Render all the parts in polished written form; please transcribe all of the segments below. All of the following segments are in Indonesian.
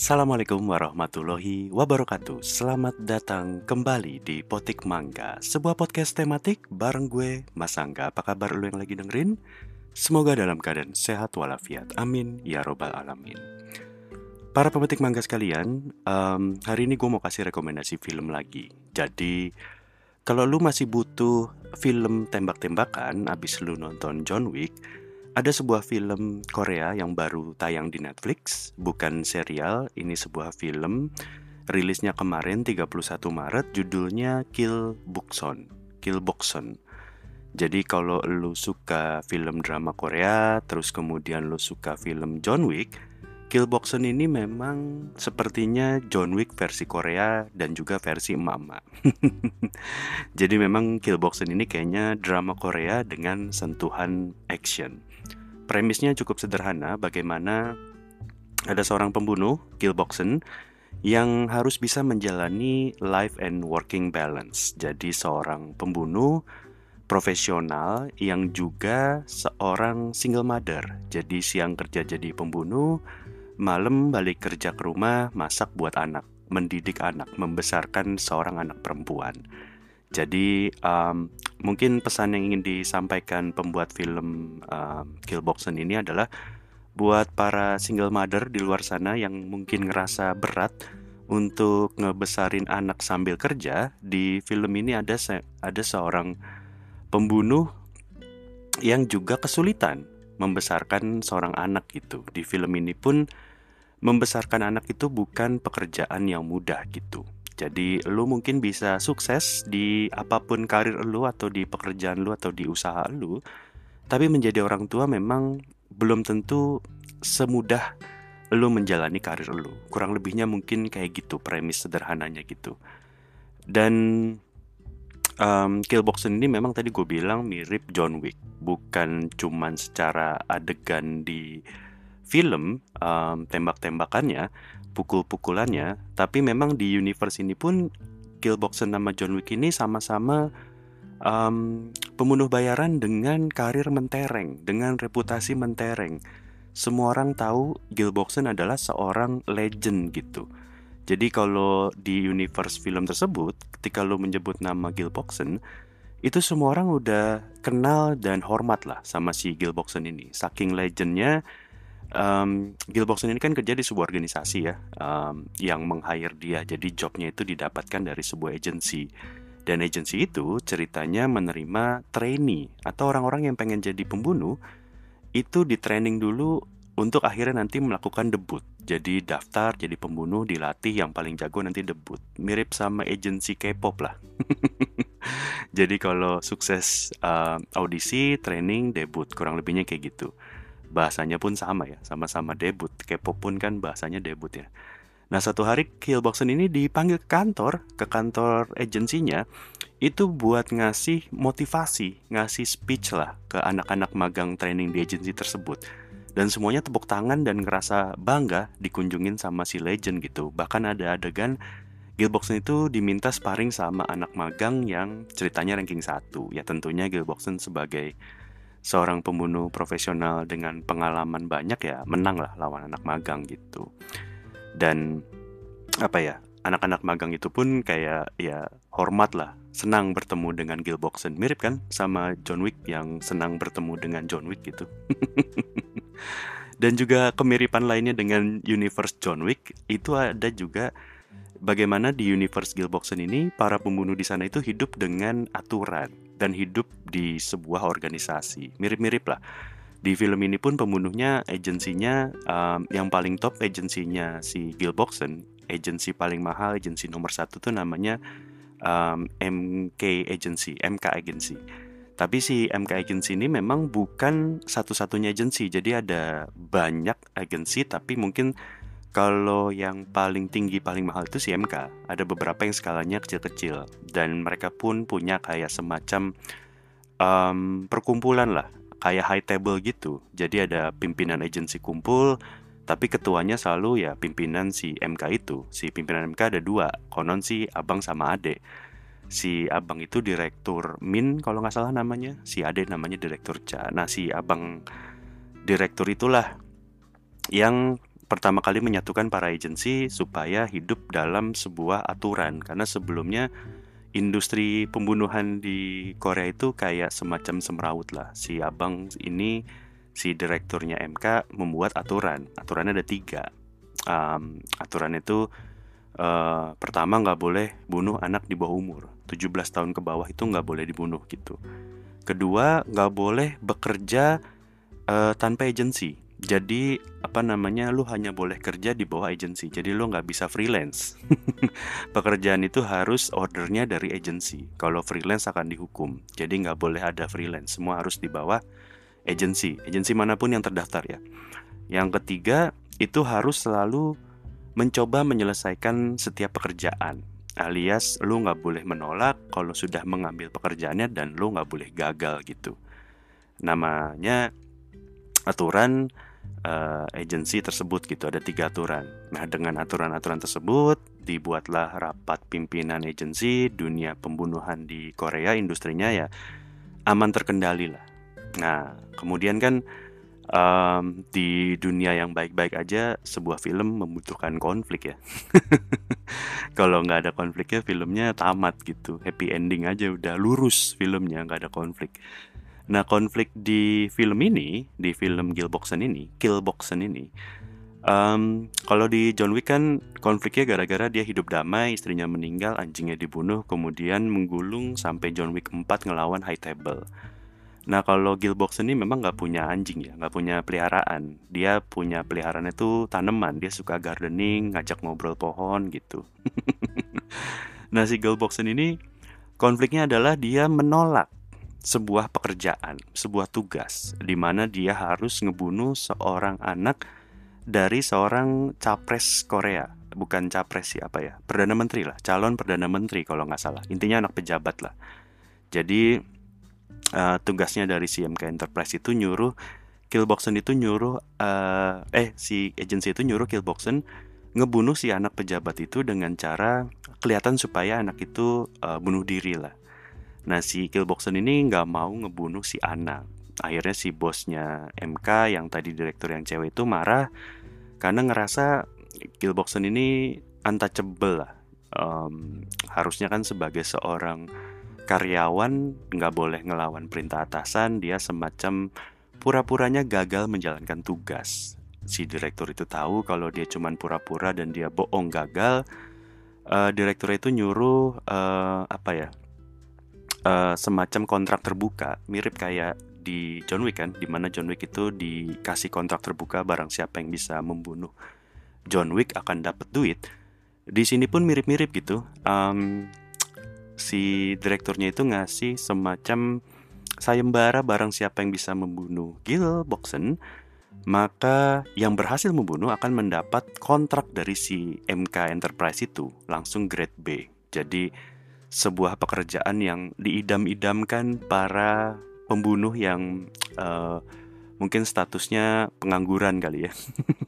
Assalamualaikum warahmatullahi wabarakatuh. Selamat datang kembali di Potik Mangga, sebuah podcast tematik bareng gue, Mas Angga. Apa kabar lu yang lagi dengerin? Semoga dalam keadaan sehat walafiat. Amin ya robbal alamin. Para pemetik mangga sekalian, hari ini gue mau kasih rekomendasi film lagi. Jadi, kalau lu masih butuh film tembak-tembakan abis lu nonton John Wick, ada sebuah film Korea yang baru tayang di Netflix, bukan serial, ini sebuah film, rilisnya kemarin 31 Maret, judulnya Kill Bokson. Kill Bokson. Jadi kalau lu suka film drama Korea, terus kemudian lu suka film John Wick, Kill Bokson ini memang sepertinya John Wick versi Korea dan juga versi emak-emak. Jadi memang Kill Bokson ini kayaknya drama Korea dengan sentuhan action. Premisnya cukup sederhana, bagaimana ada seorang pembunuh, Kill Bokson, yang harus bisa menjalani life and working balance. Jadi seorang pembunuh profesional yang juga seorang single mother. Jadi siang kerja jadi pembunuh, malam balik kerja ke rumah, masak buat anak, mendidik anak, membesarkan seorang anak perempuan. Jadi mungkin pesan yang ingin disampaikan pembuat film Kill Bokson ini adalah buat para single mother di luar sana yang mungkin ngerasa berat untuk ngebesarin anak sambil kerja. Di film ini ada seorang pembunuh yang juga kesulitan membesarkan seorang anak gitu. Di film ini pun membesarkan anak itu bukan pekerjaan yang mudah gitu. Jadi lu mungkin bisa sukses di apapun karir lu atau di pekerjaan lu atau di usaha lu, tapi menjadi orang tua memang belum tentu semudah lu menjalani karir lu. Kurang lebihnya mungkin kayak gitu premis sederhananya gitu. Dan Kill Bokson ini memang tadi gue bilang mirip John Wick, bukan cuman secara adegan di film, tembak-tembakannya, pukul-pukulannya, tapi memang di universe ini pun Kill Bokson sama John Wick ini sama-sama pembunuh bayaran dengan karir mentereng, dengan reputasi mentereng. Semua orang tahu Kill Bokson adalah seorang legend gitu. Jadi kalau di universe film tersebut, ketika lo menyebut nama Kill Bokson, itu semua orang udah kenal dan hormat lah sama si Kill Bokson ini. Saking legendnya, Kill Bokson ini kan kerja di sebuah organisasi ya, yang meng-hire dia. Jadi jobnya itu didapatkan dari sebuah agensi. Dan agensi itu ceritanya menerima trainee atau orang-orang yang pengen jadi pembunuh, itu di training dulu untuk akhirnya nanti melakukan debut. Jadi daftar jadi pembunuh, dilatih, yang paling jago nanti debut. Mirip sama agensi K-pop lah. Jadi kalau sukses audisi, training, debut, kurang lebihnya kayak gitu. Bahasanya pun sama ya, sama-sama debut. K-pop pun kan bahasanya debut ya. Nah, satu hari Kill Bokson ini dipanggil ke kantor agensinya, itu buat ngasih motivasi, ngasih speech lah ke anak-anak magang training di agensi tersebut. Dan semuanya tepuk tangan dan ngerasa bangga dikunjungin sama si legend gitu. Bahkan ada adegan Kill Bokson itu diminta sparring sama anak magang yang ceritanya ranking 1. Ya tentunya Kill Bokson sebagai seorang pembunuh profesional dengan pengalaman banyak ya menang lah lawan anak magang gitu. Dan apa ya, anak-anak magang itu pun kayak ya hormat lah, senang bertemu dengan Kill Bokson. Mirip kan sama John Wick yang senang bertemu dengan John Wick gitu. Dan juga kemiripan lainnya dengan universe John Wick itu ada juga, bagaimana di universe Kill Bokson ini para pembunuh di sana itu hidup dengan aturan dan hidup di sebuah organisasi. Mirip-mirip lah. Di film ini pun pembunuhnya agensinya, yang paling top agensinya si Kill Bokson, agensi paling mahal, agensi nomor 1 tuh namanya MK Agency, MK Agency. Tapi si MK Agency ini memang bukan satu-satunya agensi, jadi ada banyak agensi, tapi mungkin kalau yang paling tinggi, paling mahal itu si MK. Ada beberapa yang skalanya kecil-kecil, dan mereka pun punya kayak semacam perkumpulan lah, kayak high table gitu. Jadi ada pimpinan agensi kumpul, tapi ketuanya selalu ya pimpinan si MK itu. Si pimpinan MK ada 2, konon si abang sama adek. Si abang itu direktur Min kalau nggak salah namanya, si adek namanya direktur Cha. Nah si abang direktur itulah yang pertama kali menyatukan para agensi supaya hidup dalam sebuah aturan. Karena sebelumnya industri pembunuhan di Korea itu kayak semacam semrawut lah. Si abang ini, si direkturnya MK membuat aturan. Aturannya ada 3. Aturan itu pertama nggak boleh bunuh anak di bawah umur. 17 tahun ke bawah itu nggak boleh dibunuh gitu. Kedua, nggak boleh bekerja tanpa agensi. Jadi lu hanya boleh kerja di bawah agensi. Jadi lu nggak bisa freelance. Pekerjaan itu harus ordernya dari agensi. Kalau freelance akan dihukum. Jadi nggak boleh ada freelance. Semua harus di bawah agensi. Agensi manapun yang terdaftar ya. Yang ketiga, itu harus selalu mencoba menyelesaikan setiap pekerjaan. Alias lu nggak boleh menolak kalau sudah mengambil pekerjaannya, dan lu nggak boleh gagal gitu. Namanya aturan agensi tersebut gitu. Ada 3 aturan. Nah, dengan aturan-aturan tersebut dibuatlah rapat pimpinan agensi. Dunia pembunuhan di Korea industrinya ya aman terkendali lah. Nah, kemudian kan di dunia yang baik-baik aja sebuah film membutuhkan konflik ya. Kalau nggak ada konfliknya filmnya tamat gitu. Happy ending aja udah lurus filmnya, nggak ada konflik. Nah, konflik di film ini, di film Killboxen ini, kalau di John Wick kan konfliknya gara-gara dia hidup damai, istrinya meninggal, anjingnya dibunuh, kemudian menggulung sampai John Wick 4 ngelawan High Table. Nah, kalau Killboxen ini memang nggak punya anjing ya, nggak punya peliharaan. Dia punya peliharaan itu tanaman, dia suka gardening, ngajak ngobrol pohon gitu. Nah, si Killboxen ini konfliknya adalah dia menolak sebuah pekerjaan, sebuah tugas, di mana dia harus ngebunuh seorang anak dari seorang capres Korea. Bukan capres sih, Perdana Menteri lah, calon Perdana Menteri kalau nggak salah. Intinya anak pejabat lah. Jadi tugasnya dari si MK Enterprise itu nyuruh Killboxen itu si agensi itu nyuruh Killboxen ngebunuh si anak pejabat itu dengan cara kelihatan supaya anak itu bunuh diri lah. Nah, si Killboxen ini nggak mau ngebunuh si anak. Akhirnya si bosnya MK yang tadi direktur yang cewek itu marah karena ngerasa Killboxen ini untouchable lah. Harusnya kan sebagai seorang karyawan nggak boleh ngelawan perintah atasan. Dia semacam pura-puranya gagal menjalankan tugas. Si direktur itu tahu kalau dia cuman pura-pura dan dia bohong gagal. Direktur itu nyuruh semacam kontrak terbuka, mirip kayak di John Wick kan, dimana John Wick itu dikasih kontrak terbuka, barang siapa yang bisa membunuh John Wick akan dapat duit. Di sini pun mirip-mirip gitu. Si direkturnya itu ngasih semacam sayembara, barang siapa yang bisa membunuh Killboxen, maka yang berhasil membunuh akan mendapat kontrak dari si MK Enterprise itu langsung grade B. Jadi sebuah pekerjaan yang diidam-idamkan para pembunuh yang mungkin statusnya pengangguran kali ya.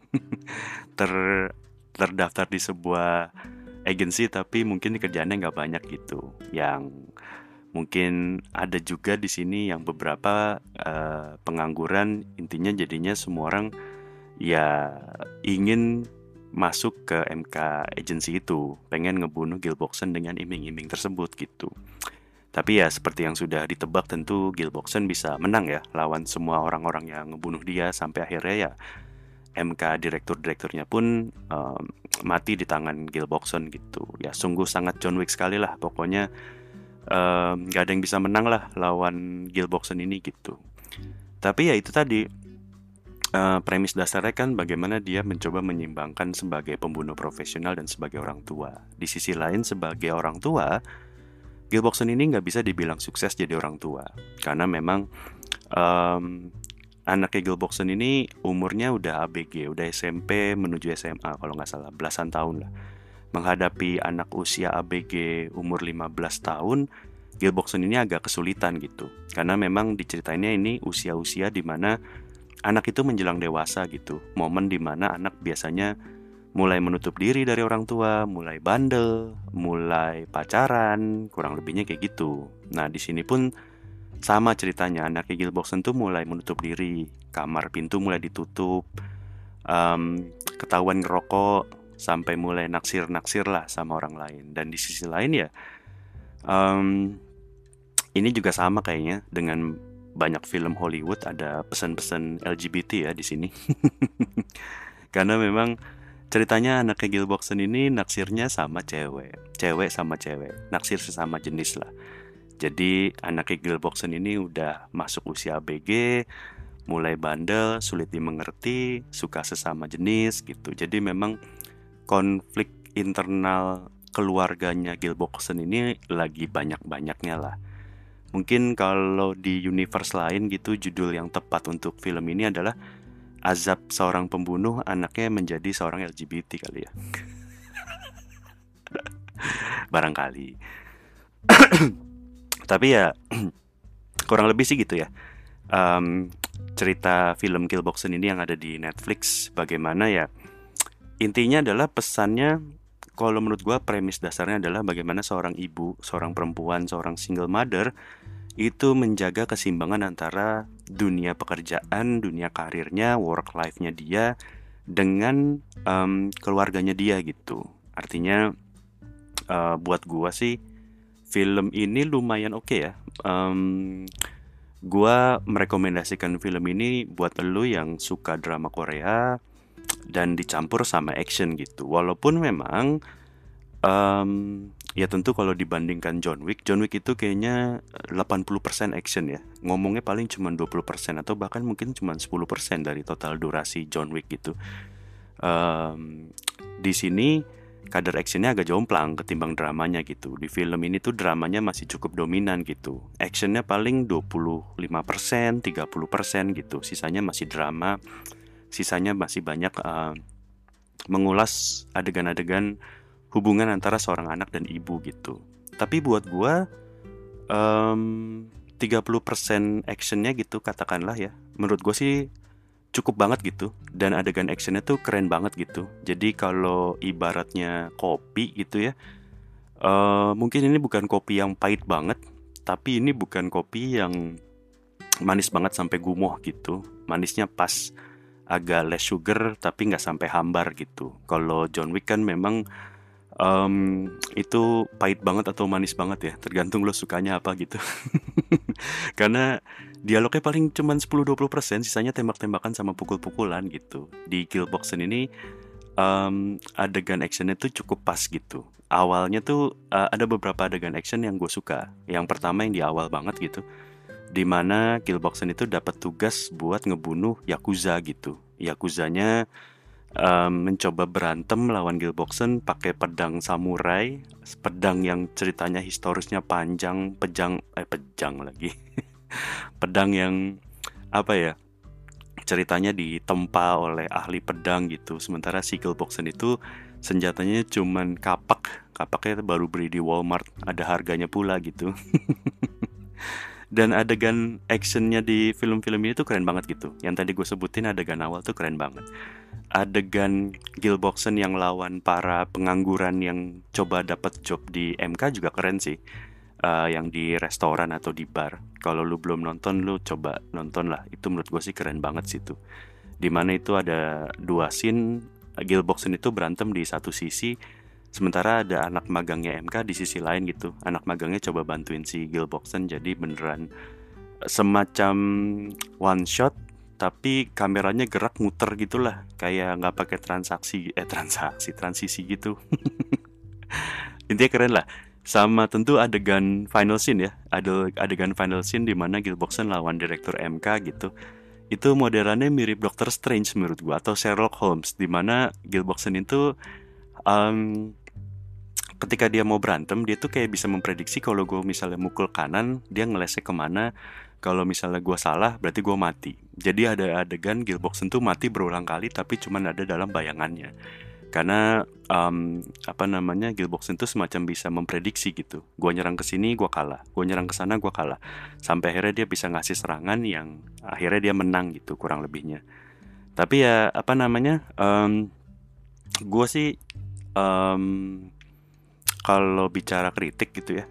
Terdaftar di sebuah agensi tapi mungkin kerjaannya nggak banyak gitu. Yang mungkin ada juga di sini yang beberapa pengangguran, intinya jadinya semua orang ya ingin masuk ke MK agency itu, pengen ngebunuh Killboxen dengan iming-iming tersebut gitu. Tapi ya seperti yang sudah ditebak, tentu Killboxen bisa menang ya lawan semua orang-orang yang ngebunuh dia, sampai akhirnya ya MK direktur-direkturnya pun mati di tangan Killboxen gitu. Ya sungguh sangat John Wick sekali lah pokoknya. Gak ada yang bisa menang lah lawan Killboxen ini gitu. Tapi ya itu tadi, premis dasarnya kan bagaimana dia mencoba menyeimbangkan sebagai pembunuh profesional dan sebagai orang tua. Di sisi lain sebagai orang tua, Killboxen ini nggak bisa dibilang sukses jadi orang tua. Karena memang anaknya Killboxen ini umurnya udah ABG, udah SMP menuju SMA kalau nggak salah, belasan tahun lah. Menghadapi anak usia ABG umur 15 tahun, Killboxen ini agak kesulitan gitu. Karena memang diceritainnya ini usia-usia dimana anak itu menjelang dewasa gitu. Momen dimana anak biasanya mulai menutup diri dari orang tua, mulai bandel, mulai pacaran, kurang lebihnya kayak gitu. Nah, di sini pun sama ceritanya, anaknya Killboxen tuh mulai menutup diri, kamar pintu mulai ditutup, ketahuan ngerokok sampai mulai naksir-naksir lah sama orang lain. Dan di sisi lain ya, em, ini juga sama kayaknya dengan banyak film Hollywood, ada pesan-pesan LGBT ya di sini. Karena memang ceritanya anaknya Gil Boxen ini naksirnya sama cewek, cewek sama cewek, naksir sesama jenis lah. Jadi anaknya Gil Boxen ini udah masuk usia ABG, mulai bandel, sulit dimengerti, suka sesama jenis gitu. Jadi memang konflik internal keluarganya Gil Boxen ini lagi banyak-banyaknya lah. Mungkin kalau di universe lain gitu, judul yang tepat untuk film ini adalah Azab Seorang Pembunuh Anaknya Menjadi Seorang LGBT kali ya. Barangkali. Tapi ya kurang lebih sih gitu ya. Cerita film Kill Boxen ini yang ada di Netflix, bagaimana ya, intinya adalah pesannya, kalau menurut gue premis dasarnya adalah bagaimana seorang ibu, seorang perempuan, seorang single mother itu menjaga keseimbangan antara dunia pekerjaan, dunia karirnya, work life-nya dia dengan keluarganya dia gitu. Artinya buat gue sih film ini lumayan oke ya. Gua merekomendasikan film ini buat lo yang suka drama Korea dan dicampur sama action gitu. Walaupun memang ya tentu kalau dibandingkan John Wick itu kayaknya 80% action ya. Ngomongnya paling cuma 20% atau bahkan mungkin cuma 10% dari total durasi John Wick gitu. Di sini kadar actionnya agak jomplang ketimbang dramanya gitu. Di film ini tuh dramanya masih cukup dominan gitu. Actionnya paling 25%, 30% gitu. Sisanya masih drama. Sisanya masih banyak mengulas adegan-adegan hubungan antara seorang anak dan ibu gitu. Tapi buat gua 30% actionnya gitu katakanlah ya. Menurut gua sih cukup banget gitu, dan adegan actionnya tuh keren banget gitu. Jadi kalau ibaratnya kopi gitu ya, mungkin ini bukan kopi yang pahit banget, tapi ini bukan kopi yang manis banget sampai gumoh gitu. Manisnya pas, agak less sugar tapi nggak sampai hambar gitu. Kalau John Wick kan memang itu pahit banget atau manis banget ya, tergantung lo sukanya apa gitu. Karena dialognya paling cuman 10-20%, sisanya tembak-tembakan sama pukul-pukulan gitu. Di Kill Boxen ini adegan actionnya tuh cukup pas gitu. Awalnya tuh ada beberapa adegan action yang gue suka. Yang pertama yang di awal banget gitu, dimana Kill Boxen itu dapat tugas buat ngebunuh Yakuza gitu. Yakuzanya mencoba berantem lawan Gil Boxen pakai pedang samurai, pedang yang ceritanya historisnya panjang, pejang lagi. Pedang yang apa ya, ceritanya ditempa oleh ahli pedang gitu. Sementara si Gil Boxen itu senjatanya cuman kapaknya baru beli di Walmart, ada harganya pula gitu. Dan adegan actionnya di film-film ini tuh keren banget gitu. Yang tadi gue sebutin adegan awal tuh keren banget. Adegan Gil Boxen yang lawan para pengangguran yang coba dapat job di MK juga keren sih. Yang di restoran atau di bar. Kalau lu belum nonton, lu coba nonton lah. Itu menurut gue sih keren banget sih tuh. Dimana itu ada dua scene, Gil Boxen itu berantem di satu sisi, sementara ada anak magangnya MK di sisi lain gitu. Anak magangnya coba bantuin si Gil Boxen, jadi beneran semacam one shot, tapi kameranya gerak muter gitulah, kayak nggak pakai transisi gitu. Intinya keren lah. Sama tentu adegan final scene ya, ada adegan final scene di mana Gil Boxen lawan direktur MK gitu. Itu modelannya mirip Doctor Strange menurut gua, atau Sherlock Holmes, di mana Gil Boxen itu ketika dia mau berantem, dia tuh kayak bisa memprediksi kalau gue misalnya mukul kanan, dia ngelesek kemana. Kalau misalnya gue salah, berarti gue mati. Jadi ada adegan Gil Boxen tuh mati berulang kali, tapi cuman ada dalam bayangannya. Karena Gil Boxen tuh semacam bisa memprediksi gitu. Gue nyerang ke sini, gue kalah. Gue nyerang ke sana, gue kalah. Sampai akhirnya dia bisa ngasih serangan yang akhirnya dia menang gitu, kurang lebihnya. Tapi ya gue sih kalau bicara kritik gitu ya,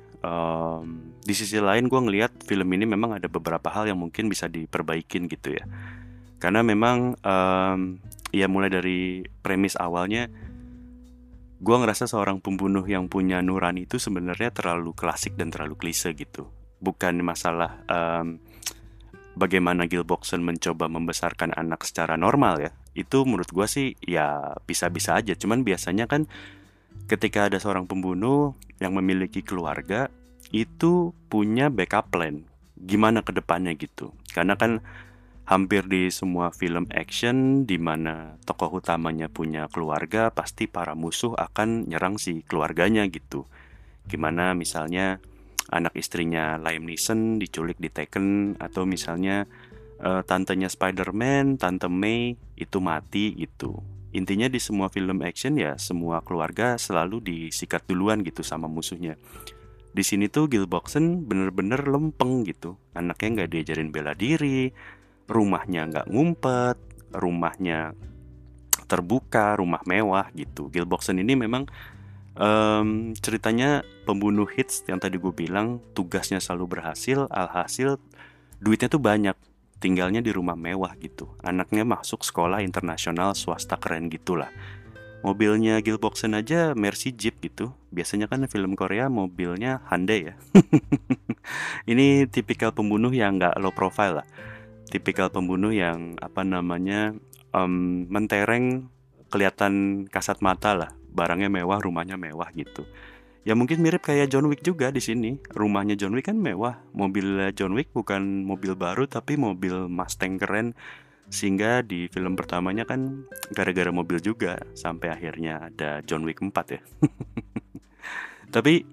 di sisi lain gue ngelihat film ini memang ada beberapa hal yang mungkin bisa diperbaikin gitu ya. Karena memang ya mulai dari premis awalnya gue ngerasa seorang pembunuh yang punya nurani itu sebenarnya terlalu klasik dan terlalu klise gitu. Bukan masalah bagaimana Gil Boxen mencoba membesarkan anak secara normal ya. Itu menurut gue sih ya bisa-bisa aja. Cuman biasanya kan ketika ada seorang pembunuh yang memiliki keluarga, itu punya backup plan. Gimana ke depannya gitu. Karena kan hampir di semua film action di mana tokoh utamanya punya keluarga, pasti para musuh akan nyerang si keluarganya gitu. Gimana misalnya anak istrinya Liam Neeson diculik di Taken, atau misalnya tantenya Spider-Man, Tante May itu mati gitu. Intinya di semua film action ya semua keluarga selalu disikat duluan gitu sama musuhnya. Di sini tuh Gil Boxen bener-bener lempeng gitu. Anaknya nggak diajarin bela diri, rumahnya nggak ngumpet, rumahnya terbuka, rumah mewah gitu. Gil Boxen ini memang ceritanya pembunuh hits yang tadi gue bilang, tugasnya selalu berhasil, alhasil duitnya tuh banyak, tinggalnya di rumah mewah gitu. Anaknya masuk sekolah internasional swasta keren gitulah. Mobilnya Gil Boxen aja Mercy Jeep gitu. Biasanya kan film Korea mobilnya Hyundai ya. Ini tipikal pembunuh yang nggak low profile lah. Tipikal pembunuh yang mentereng, kelihatan kasat mata lah. Barangnya mewah, rumahnya mewah gitu. Ya mungkin mirip kayak John Wick juga di sini. Rumahnya John Wick kan mewah. Mobil John Wick bukan mobil baru tapi mobil Mustang keren. Sehingga di film pertamanya kan gara-gara mobil juga sampai akhirnya ada John Wick 4 ya. Tapi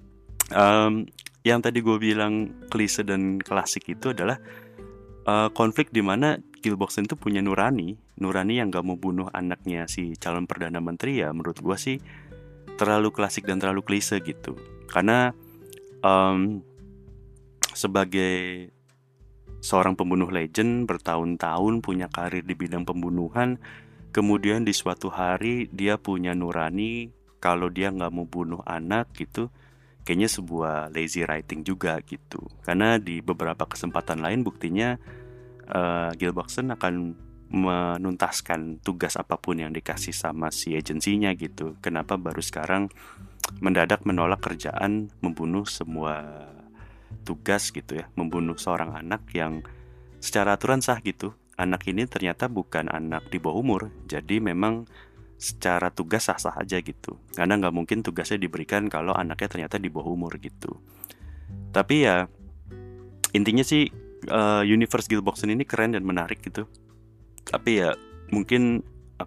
yang tadi gue bilang klise dan klasik itu adalah konflik di mana Gil Boxen itu punya nurani yang gak mau bunuh anaknya si calon perdana menteri. Ya menurut gue sih terlalu klasik dan terlalu klise gitu. Karena sebagai seorang pembunuh legend bertahun-tahun punya karir di bidang pembunuhan, kemudian di suatu hari dia punya nurani kalau dia gak mau bunuh anak gitu, kayaknya sebuah lazy writing juga gitu. Karena di beberapa kesempatan lain buktinya Gil Boxen akan menuntaskan tugas apapun yang dikasih sama si agensinya gitu. Kenapa baru sekarang mendadak menolak kerjaan membunuh semua tugas gitu ya, membunuh seorang anak yang secara aturan sah gitu. Anak ini ternyata bukan anak di bawah umur, jadi memang secara tugas sah-sah aja gitu. Karena nggak mungkin tugasnya diberikan kalau anaknya ternyata di bawah umur gitu. Tapi ya intinya sih universe Gil Boxen ini keren dan menarik gitu. Tapi ya mungkin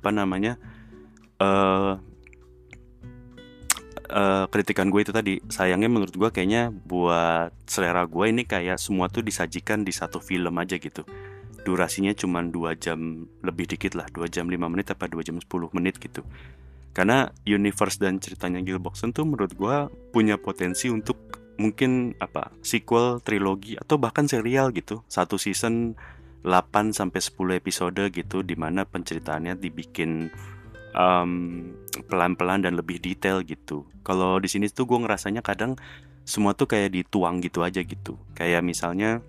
kritikan gue itu tadi, sayangnya menurut gue kayaknya buat selera gue ini kayak semua tuh disajikan di satu film aja gitu. Durasinya cuma 2 jam lebih dikit lah, 2 jam 5 menit apa 2 jam 10 menit gitu. Karena universe dan ceritanya Gil Boxen tuh menurut gue punya potensi untuk mungkin sequel, trilogi, atau bahkan serial gitu. Satu season 8-10 episode gitu, dimana penceritaannya dibikin pelan-pelan dan lebih detail gitu. Kalau di sini tuh gue ngerasanya kadang semua tuh kayak dituang gitu aja gitu. Kayak misalnya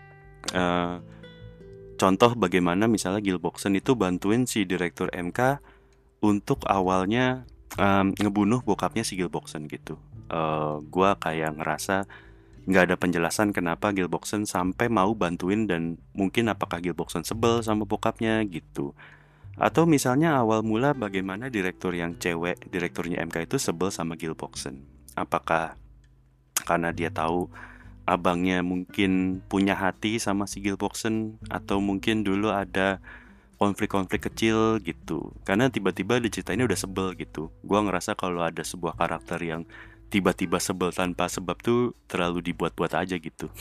contoh bagaimana misalnya Gil Boxen itu bantuin si direktur MK untuk awalnya ngebunuh bokapnya si Gil Boxen gitu. Gue kayak ngerasa nggak ada penjelasan kenapa Gil Boxen sampai mau bantuin, dan mungkin apakah Gil Boxen sebel sama bokapnya gitu. Atau misalnya awal mula bagaimana direktur yang cewek, direkturnya MK itu sebel sama Gil Boxen. Apakah karena dia tahu abangnya mungkin punya hati sama si Gil Boxen, atau mungkin dulu ada konflik-konflik kecil gitu. Karena tiba-tiba di cerita ini udah sebel gitu. Gua ngerasa kalau ada sebuah karakter yang tiba-tiba sebel tanpa sebab tuh terlalu dibuat-buat aja gitu.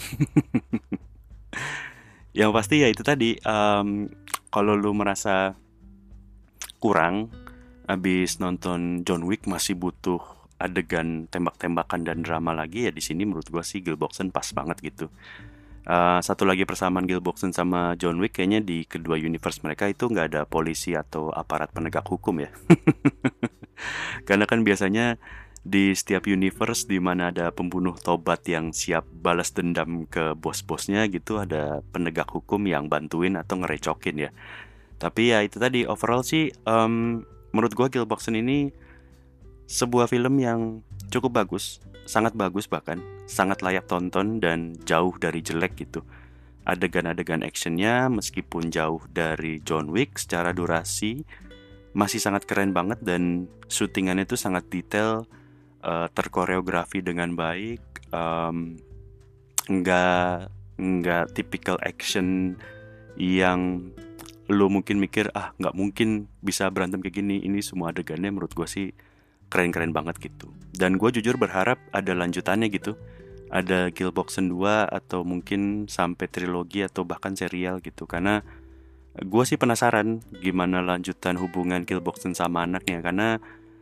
Yang pasti ya itu tadi, kalau lu merasa kurang abis nonton John Wick, masih butuh adegan tembak-tembakan dan drama lagi, ya di sini menurut gue sih Gil Boxen pas banget gitu. Satu lagi persamaan Gil Boxen sama John Wick, kayaknya di kedua universe mereka itu nggak ada polisi atau aparat penegak hukum ya. Karena kan biasanya di setiap universe di mana ada pembunuh tobat yang siap balas dendam ke bos-bosnya gitu, ada penegak hukum yang bantuin atau ngerecokin ya. Tapi ya itu tadi, overall sih menurut gua Kill Boxen ini sebuah film yang cukup bagus, sangat bagus bahkan, sangat layak tonton dan jauh dari jelek gitu. Adegan-adegan actionnya meskipun jauh dari John Wick secara durasi masih sangat keren banget, dan syutingannya itu sangat detail, terkoreografi dengan baik, nggak typical action yang lo mungkin mikir nggak mungkin bisa berantem kayak gini. Ini semua adegannya menurut gue sih keren-keren banget gitu. Dan gue jujur berharap ada lanjutannya gitu, ada Killboxen 2 atau mungkin sampai trilogi atau bahkan serial gitu, karena gue sih penasaran gimana lanjutan hubungan Killboxen sama anaknya. Karena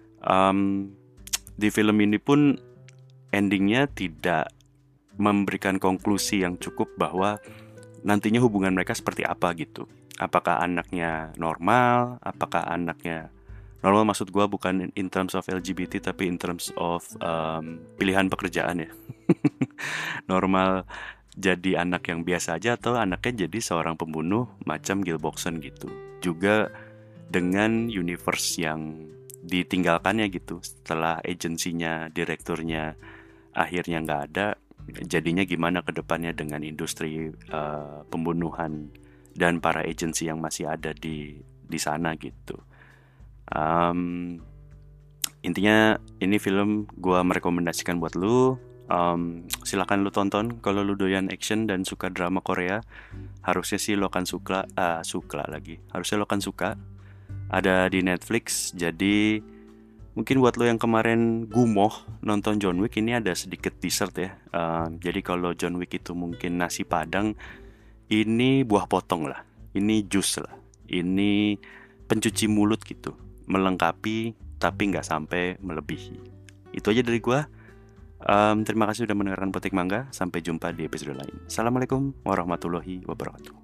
di film ini pun endingnya tidak memberikan konklusi yang cukup bahwa nantinya hubungan mereka seperti apa gitu. Apakah anaknya normal, apakah anaknya normal, maksud gue bukan in terms of LGBT tapi in terms of pilihan pekerjaan ya. Normal jadi anak yang biasa aja atau anaknya jadi seorang pembunuh macam Killboxen gitu. Juga dengan universe yang ditinggalkannya gitu, setelah agensinya, direkturnya akhirnya nggak ada, jadinya gimana ke depannya dengan industri pembunuhan dan para agensi yang masih ada di sana gitu. Intinya ini film gue merekomendasikan buat lu. Silakan lu tonton kalau lu doyan action dan suka drama Korea. Harusnya sih lo akan suka harusnya lo akan suka. Ada di Netflix. Jadi mungkin buat lo yang kemarin gumoh nonton John Wick, ini ada sedikit dessert ya. Jadi kalau John Wick itu mungkin nasi padang, ini buah potong lah, ini jus lah, ini pencuci mulut gitu, melengkapi tapi nggak sampai melebihi. Itu aja dari gua. Terima kasih sudah mendengarkan Potik Mangga. Sampai jumpa di episode lain. Assalamualaikum warahmatullahi wabarakatuh.